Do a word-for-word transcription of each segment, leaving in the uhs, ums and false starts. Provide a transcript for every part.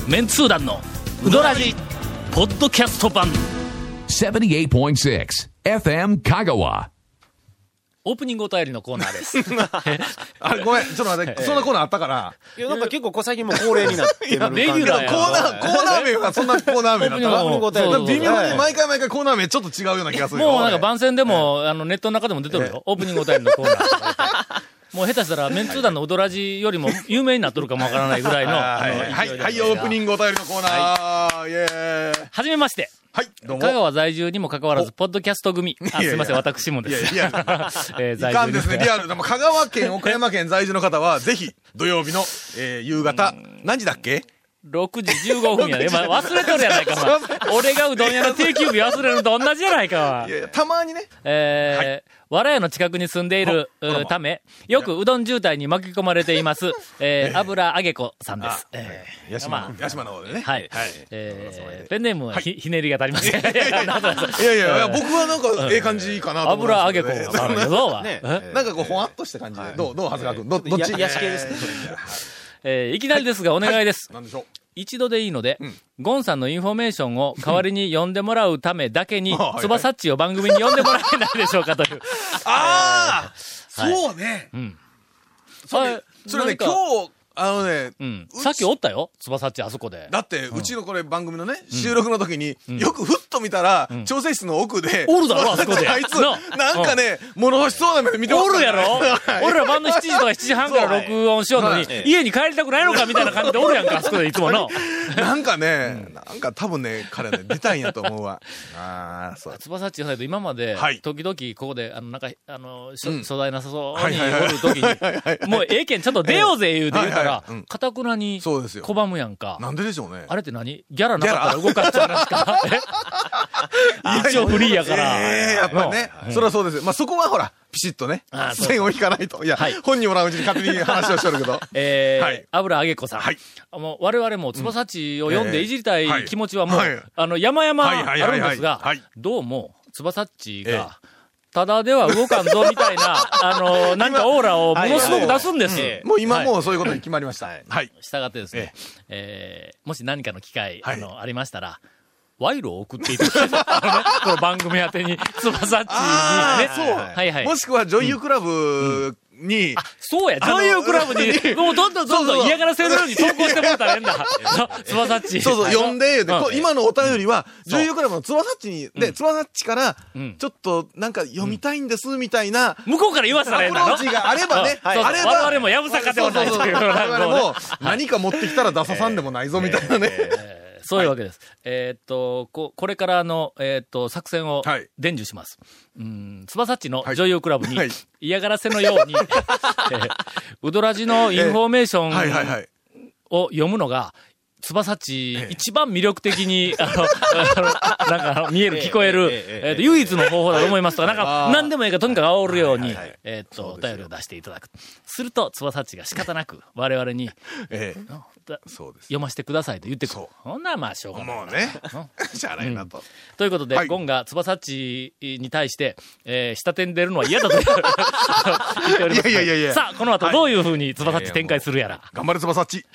メンツー団のウドラジポッドキャスト版ななじゅうはちてんろく エフエム 香川。 オープニングお便りのコーナーですあれごめん、ちょっと待って、そんなコーナーあったから。 いや、なんか結構最近も恒例になってる感じ。 レギュラーやコーナー、コーナー名はそんなコーナー名だったらオープニングお便り微妙に毎回毎回コーナー名ちょっと違うような気がするよ。 もうなんか番宣でも、あのネットの中でも出てるよ、オープニングお便りのコーナーもう下手したらメンツー団のウドラジよりも有名になっとるかもわからないぐらいのはいはいはい、オープニングお便りのコーナー、イエーイ。 はじめまして。 はい、どうも。 香川在住にもかかわらず、ポッドキャスト組。あ、すいません、私もです。 いやいや、 えー、在住いかんですね、リアル。でも香川県、岡山県在住の方は、ぜひ、土曜日の、えー、夕方、何時だっけろくじじゅうごふんやね。今忘れとるやないか、まあ、俺がうどん屋の定休日忘れるのと同じやないか。 いやいや、たまにね。 えー、はい、わらやの近くに住んでいるため、よくうどん渋滞に巻き込まれています、えー、油揚げ子さんです。えー、八島の、八島の方でね。 はい。はい、えー、ペンネームはひ、ひねりが足りません。いやいやいや、僕はなんか、ええ感じかなと思います。 油揚げ子さんどうはなんかこう、ほわっとした感じで。どう、どう、長谷川君。ど、どっち？ 癒し系ですね。 えー、いきなりですがお願いです。 なんでしょう。 一度でいいので、うん、ゴンさんのインフォメーションを代わりに読んでもらうためだけに、つばさっちを番組に読んでもらえないでしょうかという。 ああ、そうね。 うん。 それ、それね、今日、あのね、 うん、さっきおったよ、つばさっちあそこで。 だって、うちのこれ番組のね、収録の時に、よくふっと見たら、調整室の奥で、 おるだろ、あそこで。 あいつ、なんかね、物欲しそうな目で見てますおるやろ俺ら晩のしちじとかしちじはんから録音しようのに、家に帰りたくないのかみたいな感じでおるやんか、あそこでいつもの。 なんかね、なんか多分ね、彼ね、出たんやと思うわ。ああ、そう。 つばさっちさんと今まで、時々ここで、あの、なんか、あの、素材なさそうにおる時に、もうええけん、ちょっと出ようぜ言うて言うたら、かたくに拒むやんか。 なんででしょうね。 あれって何ギャラなかったら動かっちゃうんですか一応フリーやから。 ええ、やっぱね。それはそうですよ。まあ、そこはほら、ピシッとね、線を引かないと。いや、本人おらんうちに勝手に話をしてるけど。 えー、油揚げ子さん。はい。もう、我々もつばさっちを読んでいじりたい気持ちはもう、あの、山々あるんですが、どうも、つばさっちが、ただでは動かんぞ、みたいな、あの、なんかオーラをものすごく出すんです。 もう今もうそういうことに決まりました。 はい。したがってですね、えー、もし何かの機会、あの、ありましたら、賄賂を送っていただいて、この番組宛てに、つばさっちにね。 そう。はいはい。もしくは女優クラブに、 あ、そうや、女優クラブに、もうどんどんどんどん嫌がらせるように投稿してもらったらええんだ。つばさっち。 そうそう、読んで、今のお便りは、女優クラブのつばさっちに、で、つばさっちから、ちょっと、なんか読みたいんです、みたいな。 向こうから言わせたらええんだ。アプローチがあればね、あれば。 我々もやぶさかではないという。 我々も、何か持ってきたら出ささんでもないぞ、みたいなね。 そういうわけです。えっと、こ、これからの、えっと、作戦を伝授します。うん、つばさっちの女優クラブに嫌がらせのように、うどらじのインフォメーションを読むのが、つばさっち一番魅力的に、あの、なんか見える、聞こえる、えっと、唯一の方法だと思いますと、なんか、何でもいいからとにかく煽るように、えっと、お便りを出していただく。すると、つばさっちが仕方なく、我々に、読ませてくださいと言ってくる。ほんならまあ、しょうがない。 もうね。しゃあないなと。 ということで、ゴンがつばさっちに対して、えー、下手に出るのは嫌だと言っております。 いやいやいや。 さあ、この後どういう風につばさっち展開するやら。 頑張れつばさっち。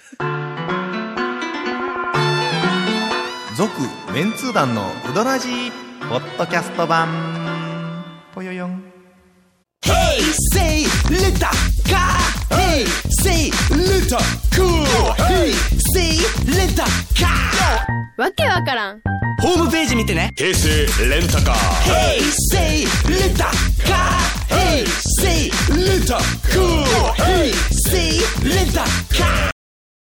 続メンツー団のウドラジーポッドキャスト版ぽよよん。 Hey, say, let the car. Hey, say, let the cool. Hey, say, let the car. わけわからん。 ホームページ見てね。平成レンタカー。Hey, say, let the car. Hey, say, let the cool. Hey, say, let the car.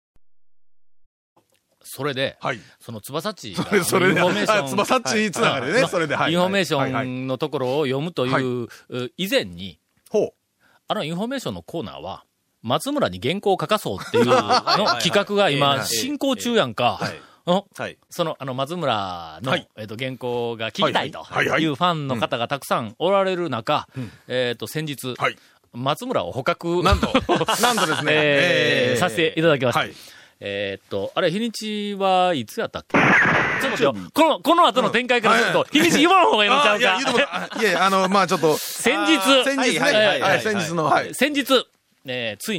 それで、はい、そのつばさっちが、インフそれで、 ォメーション、 つばさっちつながりでね、それで、 はい、インフォメーションのところを読むという、はい、以前に、 ほう。 あのインフォメーションのコーナーは、松村に原稿を書かそうっていうの企画が今、進行中やんか。はい、その、あの、松村の、はい、えっと、原稿が聞きたいというファンの方がたくさんおられる中、うん、えっと、先日、はい、松村を捕獲、 なんと、なんとですね、 えー、させていただきました。はい、えー、っと、あれ、日にちはいつやったっけ？ちょっとよ、この、この後の展開からすると、日にち言わん方がいいのちゃうか。 いや、言うとも、いやいや、あの、まあちょっと。 先日。 先日ね。はい、先日の、はい。 先日、えー、ついに、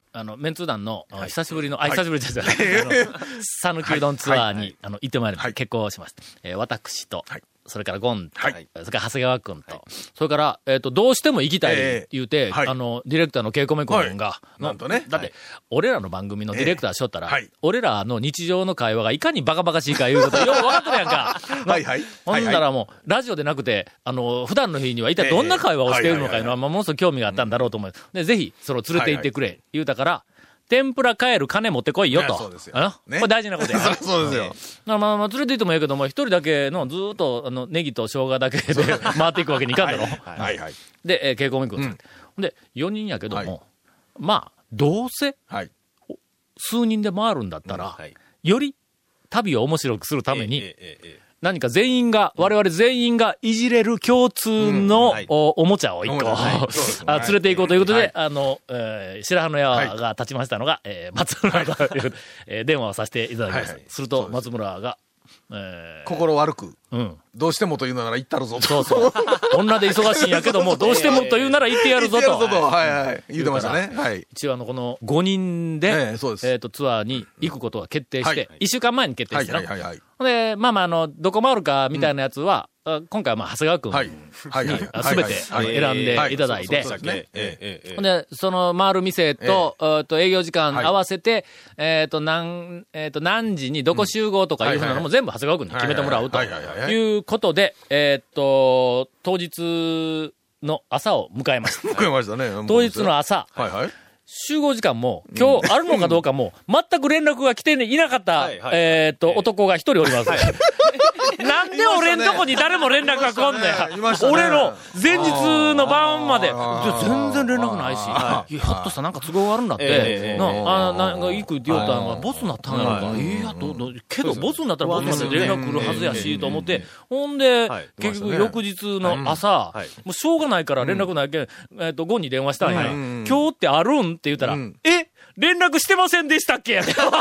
あの、メンツー団の、久しぶりの、あ、久しぶりですよ。さぬきうどんツアーに、あの、行ってまいりました。結婚しました。えー、私と、それからゴンと、それから長谷川くんと、それから、えっと、どうしても行きたい言うて、あの、ディレクターのケイコメ君が、 なんとね。 だって、俺らの番組のディレクターしょったら、俺らの日常の会話がいかにバカバカしいかいうこと、よく分かってるやんか。 はいはい。 ほんならもう、ラジオでなくて、あの、普段の日には一体どんな会話をしているのかいうのは、ものすごく興味があったんだろうと思う。で、ぜひ、それを連れて行ってくれ、言うたから、天ぷら帰る金持ってこいよと。 そうですよ。 あの、これ大事なことや。 そうですよ。 まあまあ、連れて行ってもいいけども、一人だけのずーっと、あの、ネギと生姜だけで回っていくわけにいかんだろ。 はいはい。 で、えー、ケイコメ君、うん、で、よにんやけども、はい、まあ、どうせ、はい、数人で回るんだったら、うんはい、より旅を面白くするために、ええええ何か全員が、我々全員がいじれる共通の、うんはい、お, おもちゃを一個、はい、連れて行こうということで、はい、あの、えー、白羽の矢が立ちましたのが、はい、えー、松村という、えー、電話をさせていただきました。はいはい、すると、松村が、 えー、心悪く、うん、どうしてもと言うなら言ったるぞと。 そうそう。女で忙しいんやけども、どうしてもと言うなら言ってやるぞと。 言ってやるぞと。はいはい。言ってましたね。はい。 一応あの、このごにんで、えー、そうです。えっと、ツアーに行くことが決定して、いっしゅうかんまえに決定したの。はいはいはい。で、まあまあ、あの、どこ回るかみたいなやつは、うん、今回はまあ、長谷川くんに、すべて選んでいただいて、で、その回る店と、えー、と営業時間合わせて、はい、えっ、ー、と、何、えっ、ー、と、何時にどこ集合とかいうふうなのも全部長谷川くんに決めてもらうということで、えっと、当日の朝を迎えました。 迎えましたね。 当日の朝。はいはい。集合時間も、今日あるのかどうかも、全く連絡が来ていなかった、えっと、男が一人おります。なんで俺んとこに誰も連絡が来んだよ。俺の前日の晩まで。全然連絡ないし、ひょっとしたらなんか都合があるんだって。な、あ、なんか行くって言ったのがボスになったんやろか。いや、ど、ど、けどボスになったらボスまで連絡来るはずやし、と思って。ほんで、結局翌日の朝、もうしょうがないから連絡ないけん、えっと、ゴンに電話したんや。今日ってあるんって言ったら、え連絡してませんでしたっけいやいや。 危う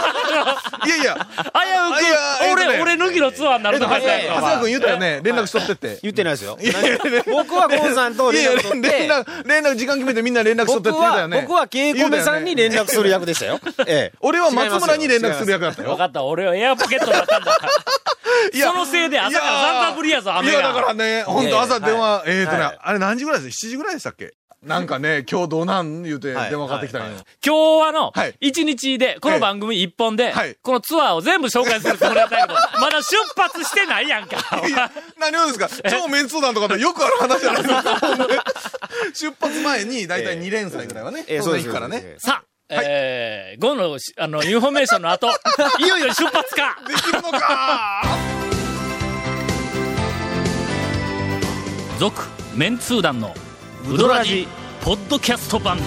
く、俺、俺抜きのツアーになるのかしら。 長谷川君言ったよね。連絡しとってって。 言ってないですよ。僕はゴンさんと連絡取って。 連絡、連絡時間決めてみんな連絡しとってって言ったよね。 僕はケイコメさんに連絡する役でしたよ。ええ。 俺は松村に連絡する役だったよ。 分かった。俺はエアポケットだったんだ。そのせいで朝から散々ぶりやぞ、雨が。 いや、だからね、ほんと朝電話、えーとね、あれ何時ぐらいです？ しち 時ぐらいでしたっけ？なんかね、今日どうなん言うて電話かかってきたんよ。 今日はの、一日で、この番組一本で、このツアーを全部紹介するつもりだったけど、まだ出発してないやんか。 何をですか？超メンツー団とかでよくある話じゃないですか。出発前に、だいたいに連載ぐらいはね、当然行くからね。 さあ、えー、ゴの、あの、インフォメーションの後、いよいよ出発かできるのか続、メンツー団の、ウドラジポッドキャスト版。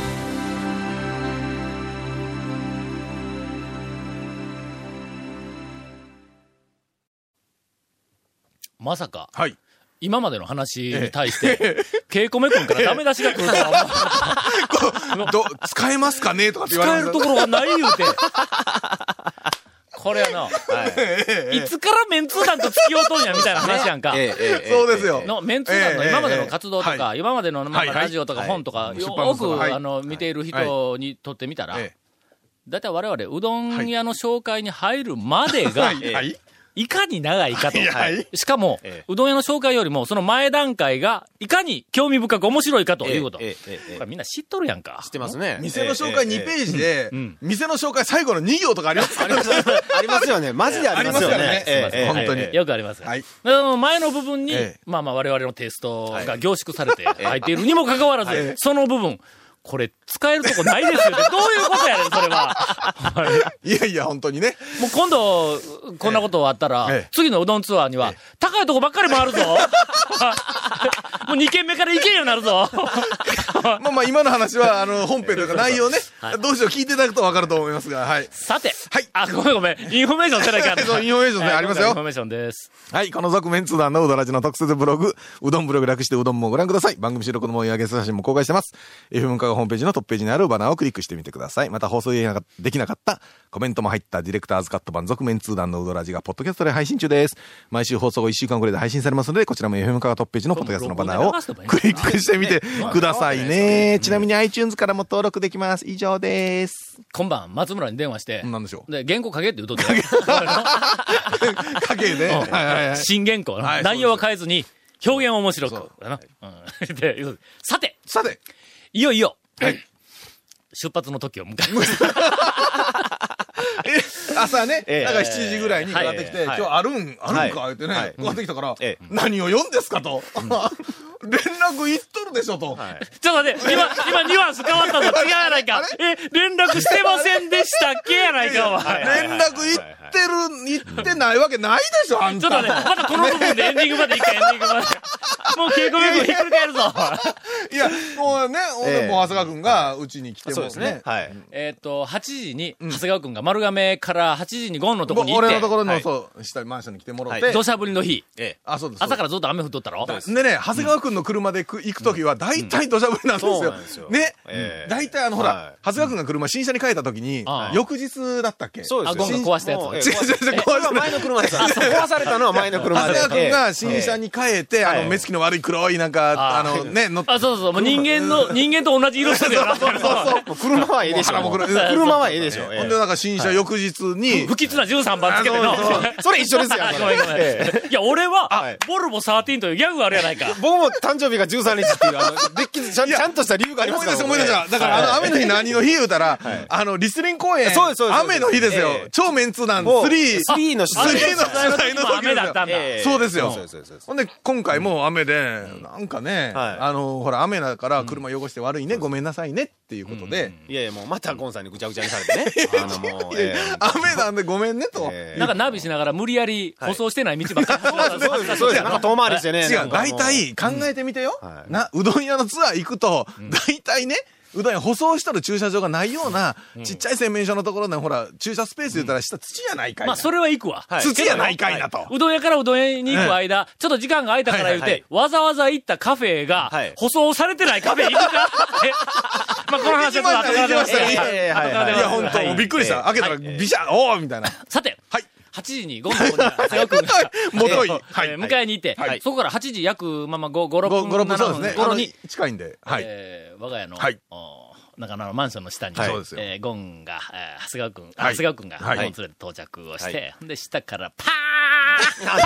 まさか、はい、今までの話に対して、ケイコメ君からダメ出しが来るとは思う。ど使えますかねとかって言われる。使えるところがない言うて。これはな、はい、いつからメンツー団と付き合うとんやみたいな話やんか。 そうですよ。 のメンツー団の今までの活動とか、はい、今までの、まあ、ラジオとか本とか、はい、よく、はい、あの見ている人にとってみたら、だいたい我々うどん屋の紹介に入るまでが、はいはいいかに長いかと。しかも、ええ、うどん屋の紹介よりも、その前段階が、いかに興味深く面白いかということ。えええ、これみんな知っとるやんか。 知ってますね。 店の紹介にページで、ええうん、店の紹介最後のに行とかありますありますありますよね。マジでありますよね。 ええ、本当に、 よくあります。はい。前の部分に、ええ、まあまあ我々のテイストが凝縮されて入っているにもかかわらず、ええ、その部分、これ、使えるとこないですよね。どういうことやねん、それは。 いやいや、本当にね。 もう今度、こんなことあったら、ええ、次のうどんツアーには、ええ、高いとこばっかり回るぞ。もうに軒目から行けんようになるぞ。 まあまあ、今の話は、あの、本編というか内容ね、はい、どうしよう聞いていただくと分かると思いますが、はい。 さて、はい。あ、ごめんごめん。インフォメーションせないかんそう、インフォメーションね、はい、ありますよ。 インフォメーションです。 はい、この続メンツー団のうどらじの特設ブログ、うどんブログ略してうどんもご覧ください。番組収録の模様やゲスト写真も公開してます。エフエム カがホームページのトップページにあるバナーをクリックしてみてください。また放送できなかったコメントも入ったディレクターズカット版続メンツー団のうどらじがポッドキャストで配信中です。毎週放送後いっしゅうかんくらいで配信されますので、こちらも エフエム カがトップページのポッドキャストのバナーをクリックしてみてくださいね。ちなみに iTunes からも登録できます。以上です。 今晩、松村に電話して、 なんでしょう。 で、原稿書けって言うとって。 書けね。はいはいはい。 新原稿、はい、内容は変えずに、表現を面白く。はい、でさて、 さて、 いよいよ、はい、出発の時を迎えます。 朝ね、だからしちじぐらいにかかってきて、今日あるん、あるんかってね、かかってきたから、何を読んですかと。連絡いっとるでしょと。 ちょっと待って、今、今ニュアンス変わったぞ。違うやないか。え、連絡してませんでしたっけやないか、お前。 連絡いってる、いってないわけないでしょ、あんた。 ちょっとね、またこの部分でエンディングまでいいか、エンディングまで。もう稽古部分ひっくり返るぞ。 いや、もうね、俺も長谷川くんがうちに来てもね。 えっと、はちじに、長谷川くんが丸亀からはちじにゴンのとこに行って。 俺のところの、そう、下マンションに来てもらって。 土砂降りの日。 あ、そうです。 朝からずっと雨降っとったろ。 でね、長谷川くんの車で行くときは大体土砂降りなんですよ。ね。大体あの、ほら、長谷川くんが車新車に変えたときに、翌日だったっけ？ そうです。ゴンが壊したやつ。 違う違う違う、壊した前の車です。壊されたのは前の車で。 長谷川くんが新車に変えて、あの、目つきの悪い黒いなんか、あのね、乗って。 あ、そうそう、もう人間の、人間と同じ色してるよな。 そうそう。車はええでしょ。車はええでしょ。 ほんで、なんか新車翌日に。 不吉なじゅうさんばんつけての。 それ一緒ですよ。 ごめんごめん。いや、俺は、ボルボじゅうさんというギャグがあるやないか。 僕も誕生日がじゅうさんにちっていう、あの、でっきちゃんちゃんとした理由がありますから。 思い出した、思い出した。だから、あの、雨の日何の日言うたら、あの、リスリン公園。 そうです、そうです。 雨の日ですよ。超メンツ団スリー。 スリーの取材の取材の時雨だったんだ。 そうですよ。ほんで、今回も雨で、なんかね、あの、ほら、雨だから車汚して悪いね、ごめんなさいねっていうことで。 いやいや、もうまたゴンさんにぐちゃぐちゃにされてね。あの、もう、 雨なんでごめんねと。 なんかナビしながら無理やり舗装してない道ばっかり。 そうです、そうです。なんか遠回りしてね。 違う、大体考えてみてよ。な、うどん屋のツアー行くと、大体ね、うどん屋舗装しとる駐車場がないような、ちっちゃい洗面所のところで、ほら、駐車スペース言ったら下土やないかい。 まあ、それは行くわ。 土やないかいなと。 うどん屋からうどん屋に行く間、ちょっと時間が空いたから言うて、わざわざ行ったカフェが、舗装されてないカフェ行くかまあ、この話は後から出ましたね。 いや、ほんと、びっくりした。開けたら、ビシャおーみたいな。 さて。 はい。 はちじにゴンの方に長谷川くんが元い迎えに行って、そこからはちじ約、まあまあご、ろっぷん、 ご、ろっぷんそうですね。 頃に、 近いんで、はい。 我が家の、中野のマンションの下に、えゴンが、長谷川くん、長谷川くんが、ゴン連れて到着をして、で、下からパーンもしもし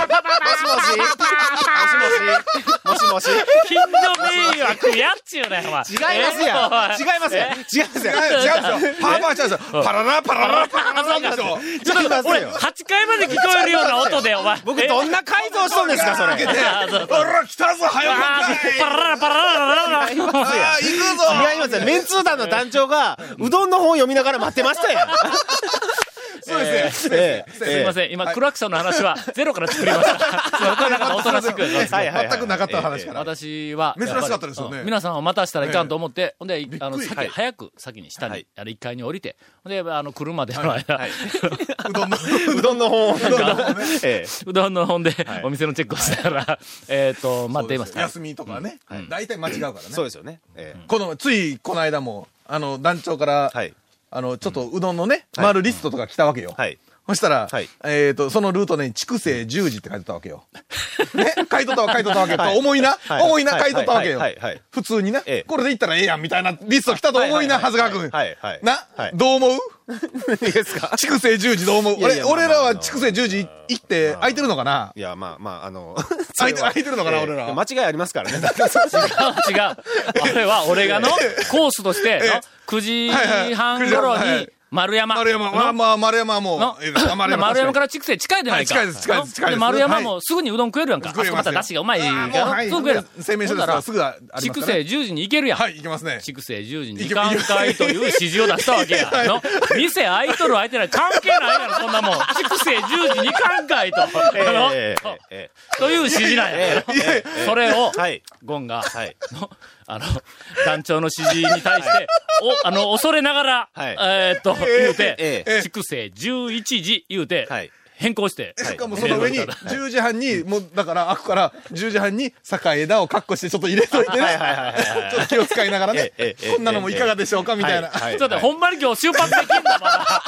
もしもしもし近所迷惑やっちゅうね、お前。 違いますやん。違いますやん。違いますやん。 違うんですよ。パーパーちゃうんですよ。パララパララパララでしょ。 ちょっと、俺、はちかいまで聞こえるような音で、お前。 僕どんな改造しとんですか、それ。 ほら、来たぞ、早くパララパララララああ、行くぞ。 違いますよ。メンツー団の団長が、うどんの本読みながら待ってましたやん。 そうですね。すみません。今、クラクションの話はゼロから作りました。おとなしく。 全くなかった話から。 私は、 珍しかったですよね。 皆さんを待たしたらいかんと思って、ほんで、あの、先、早く先に下に、あの、いっかいに降りて、ほんで、あの、車での間、 うどんの、 うどんの本を、 うどんの本でお店のチェックをしながら、えっと、待っています。 休みとかね。大体間違うからね。 そうですよね。 この、つい、この間も、あの、団長から、あの、ちょっとうどんのね、回るリストとか来たわけよ。はい。そしたら、えっと、そのルートね、筑西じゅうじって書いてたわけよ。ね書いとったわ、書いとったわけよ。思いな、思いな、書いとったわけよ。普通にな。これでいったらええやん、みたいなリスト来たと思いな、長谷川くん。な、どう思ういいですか筑西じゅうじどう思う俺、俺らは筑西じゅうじ行って空いてるのかないや、まあまあ、あの、 空いてるのかな、俺ら。 間違いありますからね。違う、違う。 あれは、俺がの、コースとして、くじはん頃に、丸山。 丸山。まあまあ、丸山はもう、 丸山から筑西近いじゃないか。 近いです、近いです。近いです。 丸山もすぐにうどん食えるやんか。あそこまた出汁がうまいから、すぐ食える。 製麺所ですからすぐあります筑西じゅうじに行けるやん。 はい、行けますね。 筑西じゅうじに行かんかいという指示を出したわけや。店開いとる開いてない関係ないから、そんなもん。筑西じゅうじに行かんかいと。という指示なんや。それを、ゴンが、あの、団長の指示に対して、お、あの、恐れながら、えっと、言うて、筑西じゅういちじ言うて、変更して。 しかもその上に、じゅうじはんに、もう、だから、開くから、じゅうじはんに、坂枝をカッコしてちょっと入れといてね。ちょっと気を使いながらね。こんなのもいかがでしょうかみたいな。 ちょっと待って、ほんまに今日出発できんだ、まだ。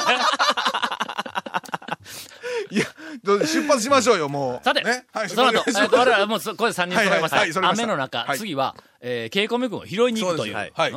いや、出発しましょうよ、もう。 さて、その後、えっと、我々はもう、これでさんにん揃いました。雨の中、次は、えー、稽古目君を拾いに行くという。はい。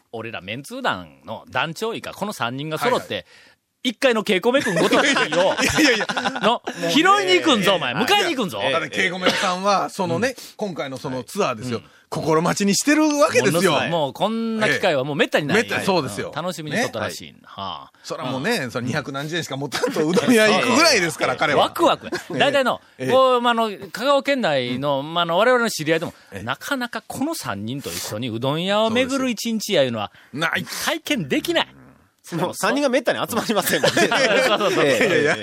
俺らメンツー団の団長以下、このさんにんが揃って、はいはい一回の稽古目くんごときを、いやいやの、拾いに行くんぞ、お前。迎えに行くんぞ。 だって稽古目さんは、そのね、今回のそのツアーですよ。心待ちにしてるわけですよ。 もうこんな機会はもうめったにない。 めったにそうですよ。 楽しみにしとったらしい。はあ。そらもうね、そのにひゃくなんじゅうえんしか持たんとうどん屋行くぐらいですから、彼は。 ワクワク。大体の、こう、あの、香川県内の、まあの、我々の知り合いでも、なかなかこのさんにんと一緒にうどん屋を巡る一日やいうのは、体験できない。 もうさんにんがめったに集まりませんもんね。 そうそうそう。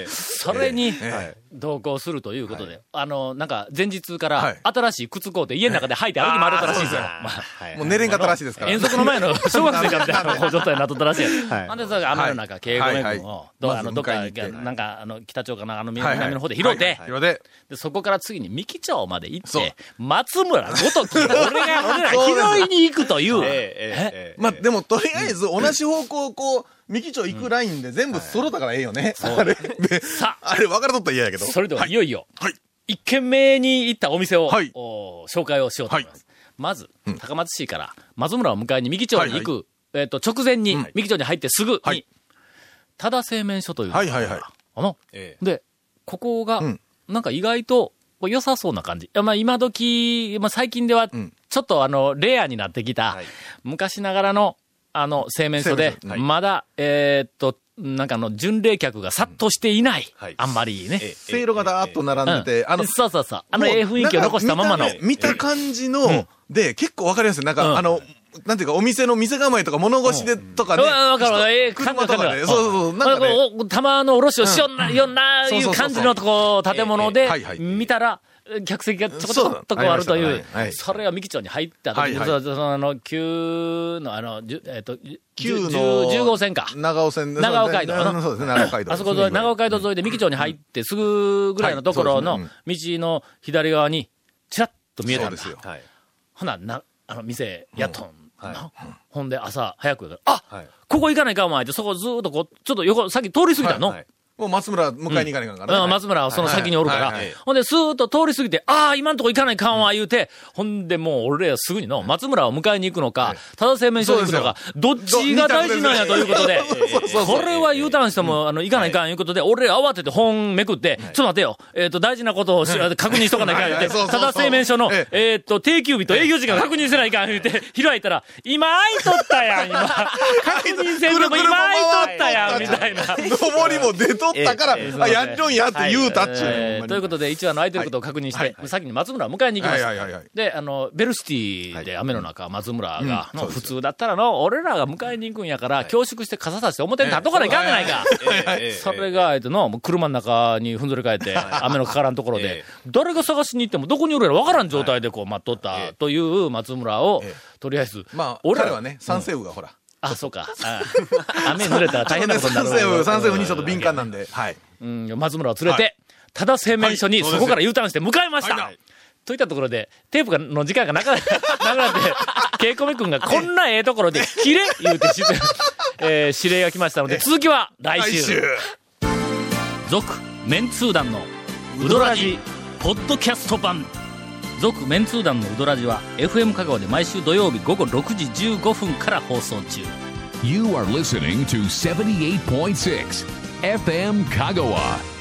それに、同行するということで、あの、なんか、前日から、新しい靴買うて家の中で履いて歩き回るったらしいですよ。 もう寝れんかったらしいですから。 遠足の前の小学生かみたいな状態になっとったらしい。なんで、雨の中、稽古目君を、あの、どっか、なんか、あの、北町かな、あの、南の方で拾って、で、そこから次に三木町まで行って、松村ごとき、俺が、俺ら拾いに行くという。 まあ、でも、とりあえず、同じ方向をこう、三木町行くラインで全部揃ったからええよね。あれ。さあ、あれ分かれとったら嫌やけど。 それでは、いよいよ、一軒目に行ったお店を、紹介をしようと思います。まず、高松市から松村を迎えに三木町に行く、えっと、直前に、三木町に入ってすぐに、多田製麺所という。はいはいはい。あの、で、ここが、なんか意外と良さそうな感じ。まあ今時、まあ最近では、ちょっとあの、レアになってきた、昔ながらの、あの、製麺所で、まだ、えー、っと、なんかあの、巡礼客が殺到していない。うんはい、あんまりね。 せいろがだーっと並んでて、 うん、あの、そうそうそう。あの、ええ雰囲気を残したままの。 見た感じの、うん、で、結構わかりやすい。なんか、うん、あの、なんていうか、お店の店構えとか物腰でとかね。 わかるわかる。ええ、 車とかで。そうそうそう。なんかね。 玉のおろしをしよんな、よんな、いう感じのとこ、建物で、見たら、客席がちょこちょこっとこうあるという、それが三木町に入った時に、その、あの、旧の、あの、えっと、旧のじゅう号線か。 長尾線で。長尾街道の。 そうですね、長尾街道。 あそこで、長尾街道沿いで三木町に入ってすぐぐらいのところの道の左側に、ちらっと見えたんですよ。ほな、な、あの、店、やっとん。ほんで、朝、早く、あここ行かないか、お前って、そこずーっとこう、ちょっと横、さっき通り過ぎたの。 もう松村迎えに行かないかんからね。うん、松村はその先におるから。ほんで、スーッと通り過ぎて、ああ、今んとこ行かないかんわ、言うて、ほんでもう俺らすぐにの、松村を迎えに行くのか、ただ製麺所に行くのか、どっちが大事なんやということで、これは U ターンしても、あの、行かないかんいうことで、俺ら慌てて本めくって、ちょっと待てよ、えっと、大事なことを確認しとかないかん言うて、ただ製麺所の、えっと、定休日と営業時間確認せないかん言うて、開いたら、今開いとったやん、今。確認せんでも今開いとったやん、みたいな。 上りも出とったから、あ、やっちょんやって言うたっちゅう、 えー。ということで、一話の空いてることを確認して、先に松村を迎えに行きました。で、あの、ベルシティで雨の中、松村が、の普通だったらの、俺らが迎えに行くんやから、恐縮して傘さして表に立っとかないかんじゃないか。それが、えっとの、車の中にふんぞり返って、雨のかからんところで、誰が探しに行ってもどこにおるやらわからん状態でこう待っとったという松村を、とりあえず、 まあ、彼はね、三世雨がほら。 あ、そうか。雨濡れたら大変なことになる。 三世雨、三世雨にちょっと敏感なんで。はい。 うん、松村を連れて、ただ製麺所にそこから U ターンして迎えました。といったところで、テープの時間がなくなって、稽古目くんがこんなええところで、キレ言うて、えー、指令が来ましたので、続きは来週。続、メンツー団のウドラジ、ポッドキャスト版。続、メンツー団のウドラジは、エフエム 香川で毎週土曜日午後ろくじじゅうごふんから放送中。 You are listening to seventy-eight point six エフエム 香川。